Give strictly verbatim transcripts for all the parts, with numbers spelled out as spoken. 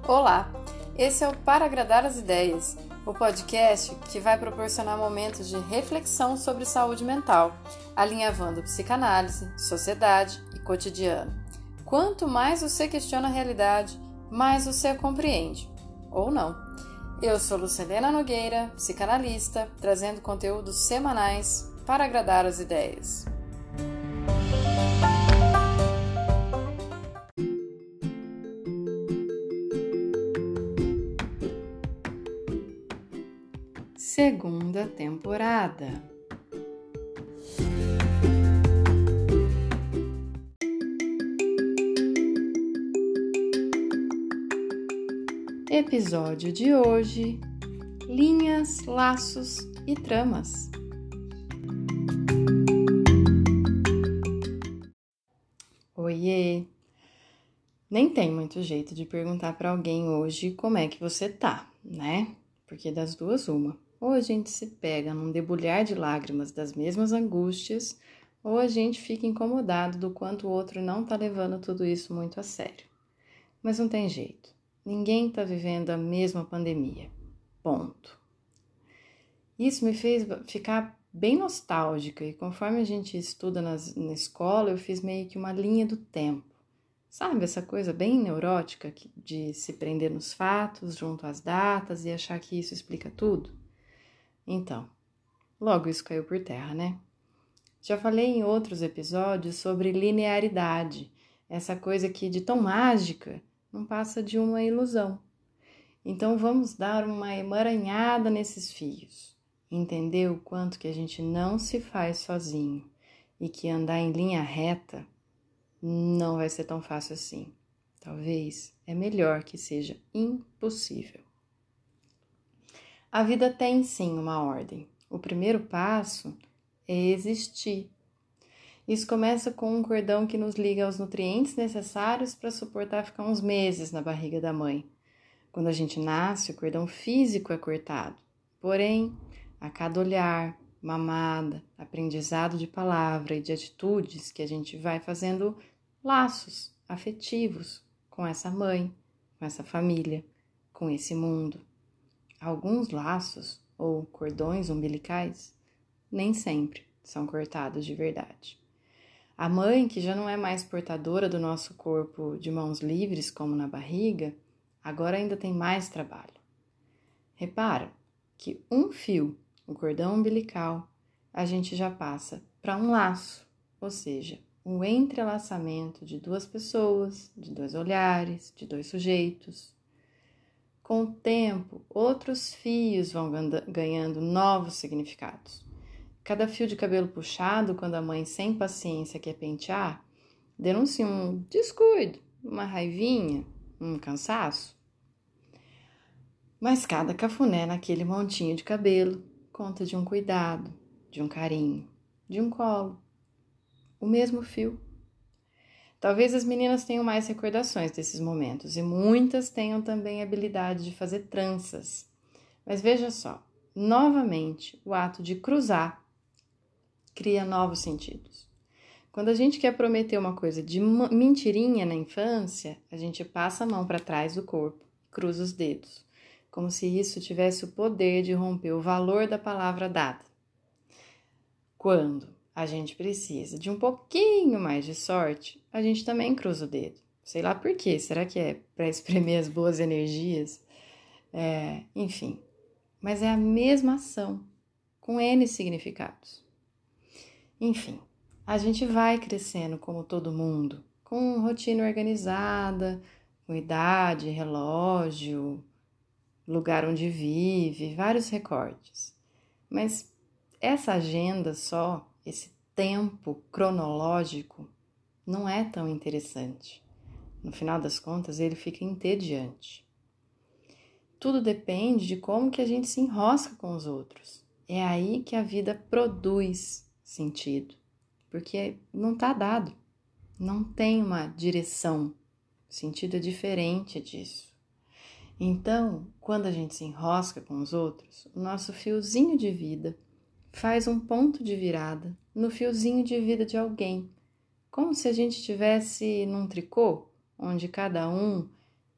Olá, esse é o Para Agradar as Ideias, o podcast que vai proporcionar momentos de reflexão sobre saúde mental, alinhavando psicanálise, sociedade e cotidiano. Quanto mais você questiona a realidade, mais você a compreende, ou não. Eu sou Lucilena Nogueira, psicanalista, trazendo conteúdos semanais para agradar as ideias. Segunda temporada. Episódio de hoje: linhas, laços e tramas. Oiê! Nem tem muito jeito de perguntar para alguém hoje como é que você tá, né? Porque das duas uma. Ou a gente se pega num debulhar de lágrimas das mesmas angústias, ou a gente fica incomodado do quanto o outro não tá levando tudo isso muito a sério. Mas não tem jeito. Ninguém tá vivendo a mesma pandemia. Ponto. Isso me fez ficar bem nostálgica e conforme a gente estuda nas, na escola, eu fiz meio que uma linha do tempo. Sabe, essa coisa bem neurótica de se prender nos fatos, junto às datas e achar que isso explica tudo? Então, logo isso caiu por terra, né? Já falei em outros episódios sobre linearidade, essa coisa que de tão mágica não passa de uma ilusão. Então vamos dar uma emaranhada nesses fios, entender o quanto que a gente não se faz sozinho e que andar em linha reta não vai ser tão fácil assim. Talvez é melhor que seja impossível. A vida tem sim uma ordem. O primeiro passo é existir. Isso começa com um cordão que nos liga aos nutrientes necessários para suportar ficar uns meses na barriga da mãe. Quando a gente nasce, o cordão físico é cortado. Porém, a cada olhar, mamada, aprendizado de palavra e de atitudes que a gente vai fazendo laços afetivos com essa mãe, com essa família, com esse mundo. Alguns laços, ou cordões umbilicais, nem sempre são cortados de verdade. A mãe, que já não é mais portadora do nosso corpo de mãos livres, como na barriga, agora ainda tem mais trabalho. Repara que um fio, o cordão umbilical, a gente já passa para um laço, ou seja, um entrelaçamento de duas pessoas, de dois olhares, de dois sujeitos. Com o tempo, outros fios vão ganhando novos significados. Cada fio de cabelo puxado, quando a mãe sem paciência quer pentear, denuncia um descuido, uma raivinha, um cansaço. Mas cada cafuné naquele montinho de cabelo conta de um cuidado, de um carinho, de um colo. O mesmo fio. Talvez as meninas tenham mais recordações desses momentos e muitas tenham também a habilidade de fazer tranças. Mas veja só, novamente, o ato de cruzar cria novos sentidos. Quando a gente quer prometer uma coisa de mentirinha na infância, a gente passa a mão para trás do corpo, cruza os dedos, como se isso tivesse o poder de romper o valor da palavra dada. Quando a gente precisa de um pouquinho mais de sorte, a gente também cruza o dedo. Sei lá por quê, será que é para espremer as boas energias? É, enfim, mas é a mesma ação, com N significados. Enfim, a gente vai crescendo como todo mundo, com rotina organizada, com idade, relógio, lugar onde vive, vários recortes. Mas essa agenda só, esse tempo cronológico, não é tão interessante. No final das contas, ele fica entediante. Tudo depende de como que a gente se enrosca com os outros. É aí que a vida produz sentido, porque não está dado, não tem uma direção. O sentido é diferente disso. Então, quando a gente se enrosca com os outros, o nosso fiozinho de vida faz um ponto de virada no fiozinho de vida de alguém, como se a gente estivesse num tricô, onde cada um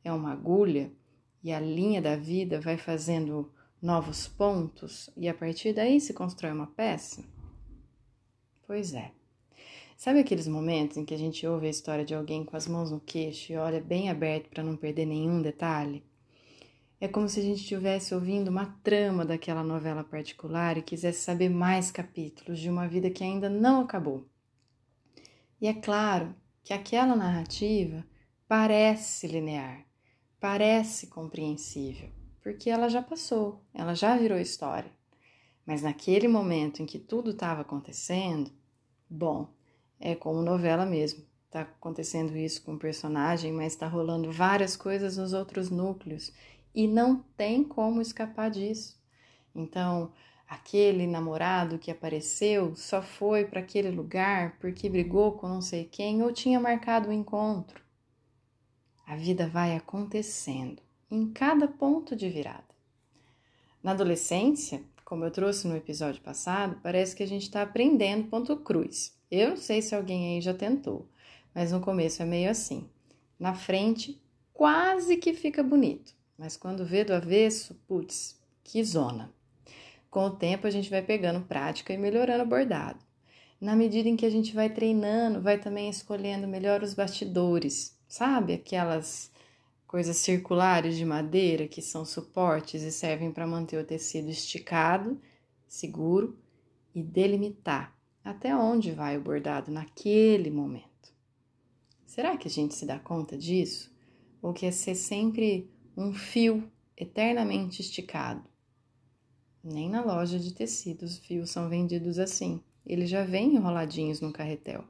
é uma agulha e a linha da vida vai fazendo novos pontos e a partir daí se constrói uma peça? Pois é. Sabe aqueles momentos em que a gente ouve a história de alguém com as mãos no queixo e olha bem aberto para não perder nenhum detalhe? É como se a gente estivesse ouvindo uma trama daquela novela particular e quisesse saber mais capítulos de uma vida que ainda não acabou. E é claro que aquela narrativa parece linear, parece compreensível, porque ela já passou, ela já virou história. Mas naquele momento em que tudo estava acontecendo, bom, é como novela mesmo. Tá acontecendo isso com o personagem, mas tá rolando várias coisas nos outros núcleos e não tem como escapar disso. Então, aquele namorado que apareceu só foi para aquele lugar porque brigou com não sei quem ou tinha marcado o encontro. A vida vai acontecendo em cada ponto de virada. Na adolescência, como eu trouxe no episódio passado, parece que a gente está aprendendo ponto cruz. Eu não sei se alguém aí já tentou, mas no começo é meio assim. Na frente, quase que fica bonito, mas quando vê do avesso, putz, que zona. Com o tempo a gente vai pegando prática e melhorando o bordado. Na medida em que a gente vai treinando, vai também escolhendo melhor os bastidores, sabe? Aquelas coisas circulares de madeira que são suportes e servem para manter o tecido esticado, seguro e delimitar até onde vai o bordado naquele momento. Será que a gente se dá conta disso? Ou que é ser sempre um fio eternamente esticado? Nem na loja de tecidos os fios são vendidos assim. Eles já vêm enroladinhos no carretel.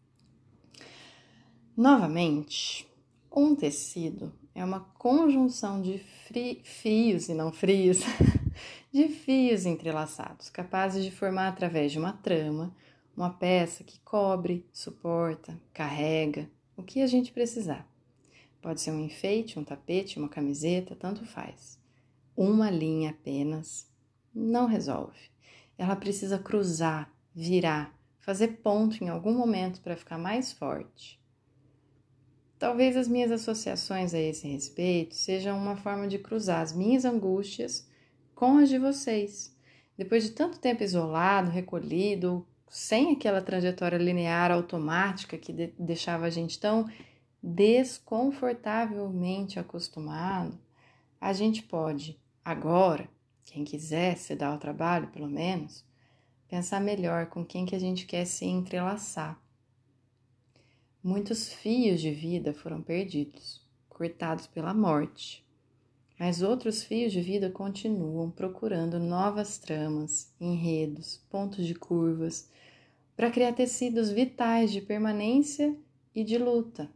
Novamente, um tecido é uma conjunção de fri- fios e não frios, de fios entrelaçados, capazes de formar através de uma trama, uma peça que cobre, suporta, carrega, o que a gente precisar. Pode ser um enfeite, um tapete, uma camiseta, tanto faz. Uma linha apenas não resolve. Ela precisa cruzar, virar, fazer ponto em algum momento para ficar mais forte. Talvez as minhas associações a esse respeito sejam uma forma de cruzar as minhas angústias com as de vocês. Depois de tanto tempo isolado, recolhido, sem aquela trajetória linear automática que de- deixava a gente tão desconfortavelmente acostumado, a gente pode, agora, quem quiser se dar ao trabalho pelo menos, pensar melhor com quem que a gente quer se entrelaçar. Muitos fios de vida foram perdidos, cortados pela morte, mas outros fios de vida continuam procurando novas tramas, enredos, pontos de curvas, para criar tecidos vitais de permanência e de luta.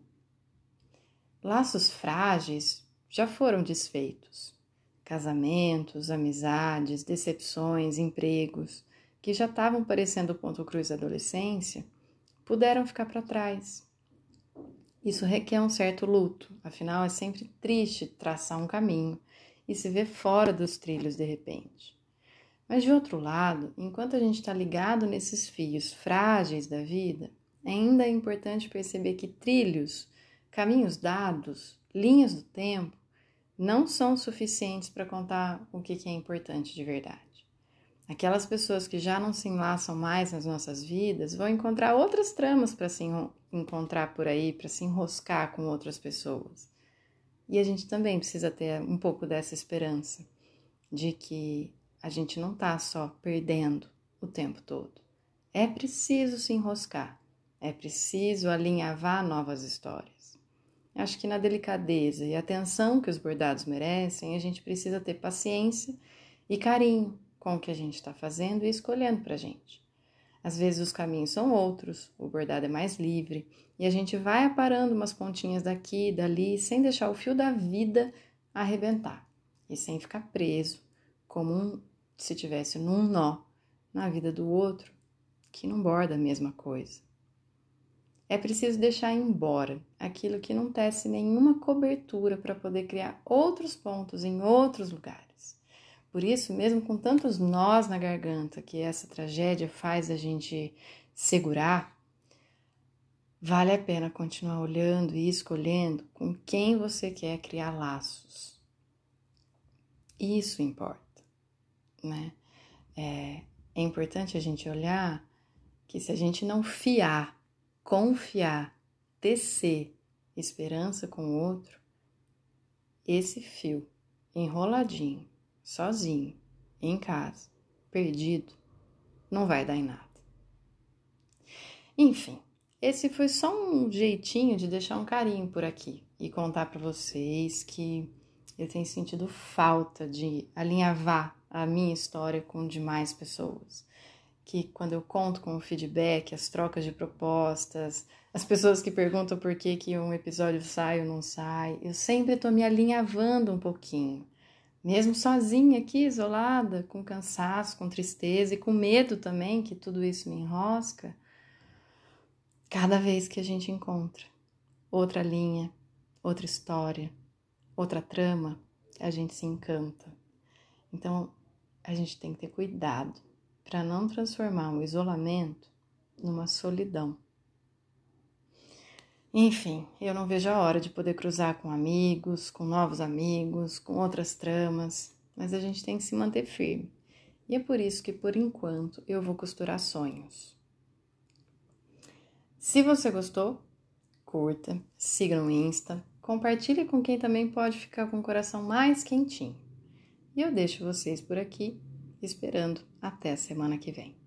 Laços frágeis já foram desfeitos. Casamentos, amizades, decepções, empregos, que já estavam parecendo o ponto cruz da adolescência, puderam ficar para trás. Isso requer um certo luto, afinal é sempre triste traçar um caminho e se ver fora dos trilhos de repente. Mas de outro lado, enquanto a gente está ligado nesses fios frágeis da vida, ainda é importante perceber que trilhos, caminhos dados, linhas do tempo, não são suficientes para contar o que é importante de verdade. Aquelas pessoas que já não se enlaçam mais nas nossas vidas vão encontrar outras tramas para se encontrar por aí, para se enroscar com outras pessoas. E a gente também precisa ter um pouco dessa esperança de que a gente não está só perdendo o tempo todo. É preciso se enroscar, é preciso alinhavar novas histórias. Acho que na delicadeza e atenção que os bordados merecem, a gente precisa ter paciência e carinho com o que a gente está fazendo e escolhendo para a gente. Às vezes os caminhos são outros, o bordado é mais livre e a gente vai aparando umas pontinhas daqui e dali sem deixar o fio da vida arrebentar e sem ficar preso como um, se tivesse num nó na vida do outro que não borda a mesma coisa. É preciso deixar embora aquilo que não tece nenhuma cobertura para poder criar outros pontos em outros lugares. Por isso, mesmo com tantos nós na garganta que essa tragédia faz a gente segurar, vale a pena continuar olhando e escolhendo com quem você quer criar laços. Isso importa, né? É, é importante a gente olhar que se a gente não fiar, confiar, tecer esperança com o outro, esse fio enroladinho, sozinho, em casa, perdido, não vai dar em nada. Enfim, esse foi só um jeitinho de deixar um carinho por aqui e contar para vocês que eu tenho sentido falta de alinhavar a minha história com demais pessoas. Que quando eu conto com o feedback, as trocas de propostas, as pessoas que perguntam por que, que um episódio sai ou não sai, eu sempre estou me alinhavando um pouquinho. Mesmo sozinha aqui, isolada, com cansaço, com tristeza e com medo também que tudo isso me enrosca, cada vez que a gente encontra outra linha, outra história, outra trama, a gente se encanta. Então, a gente tem que ter cuidado para não transformar o isolamento numa solidão. Enfim, eu não vejo a hora de poder cruzar com amigos, com novos amigos, com outras tramas, mas a gente tem que se manter firme. E é por isso que, por enquanto, eu vou costurar sonhos. Se você gostou, curta, siga no Insta, compartilhe com quem também pode ficar com o coração mais quentinho. E eu deixo vocês por aqui, esperando até a semana que vem.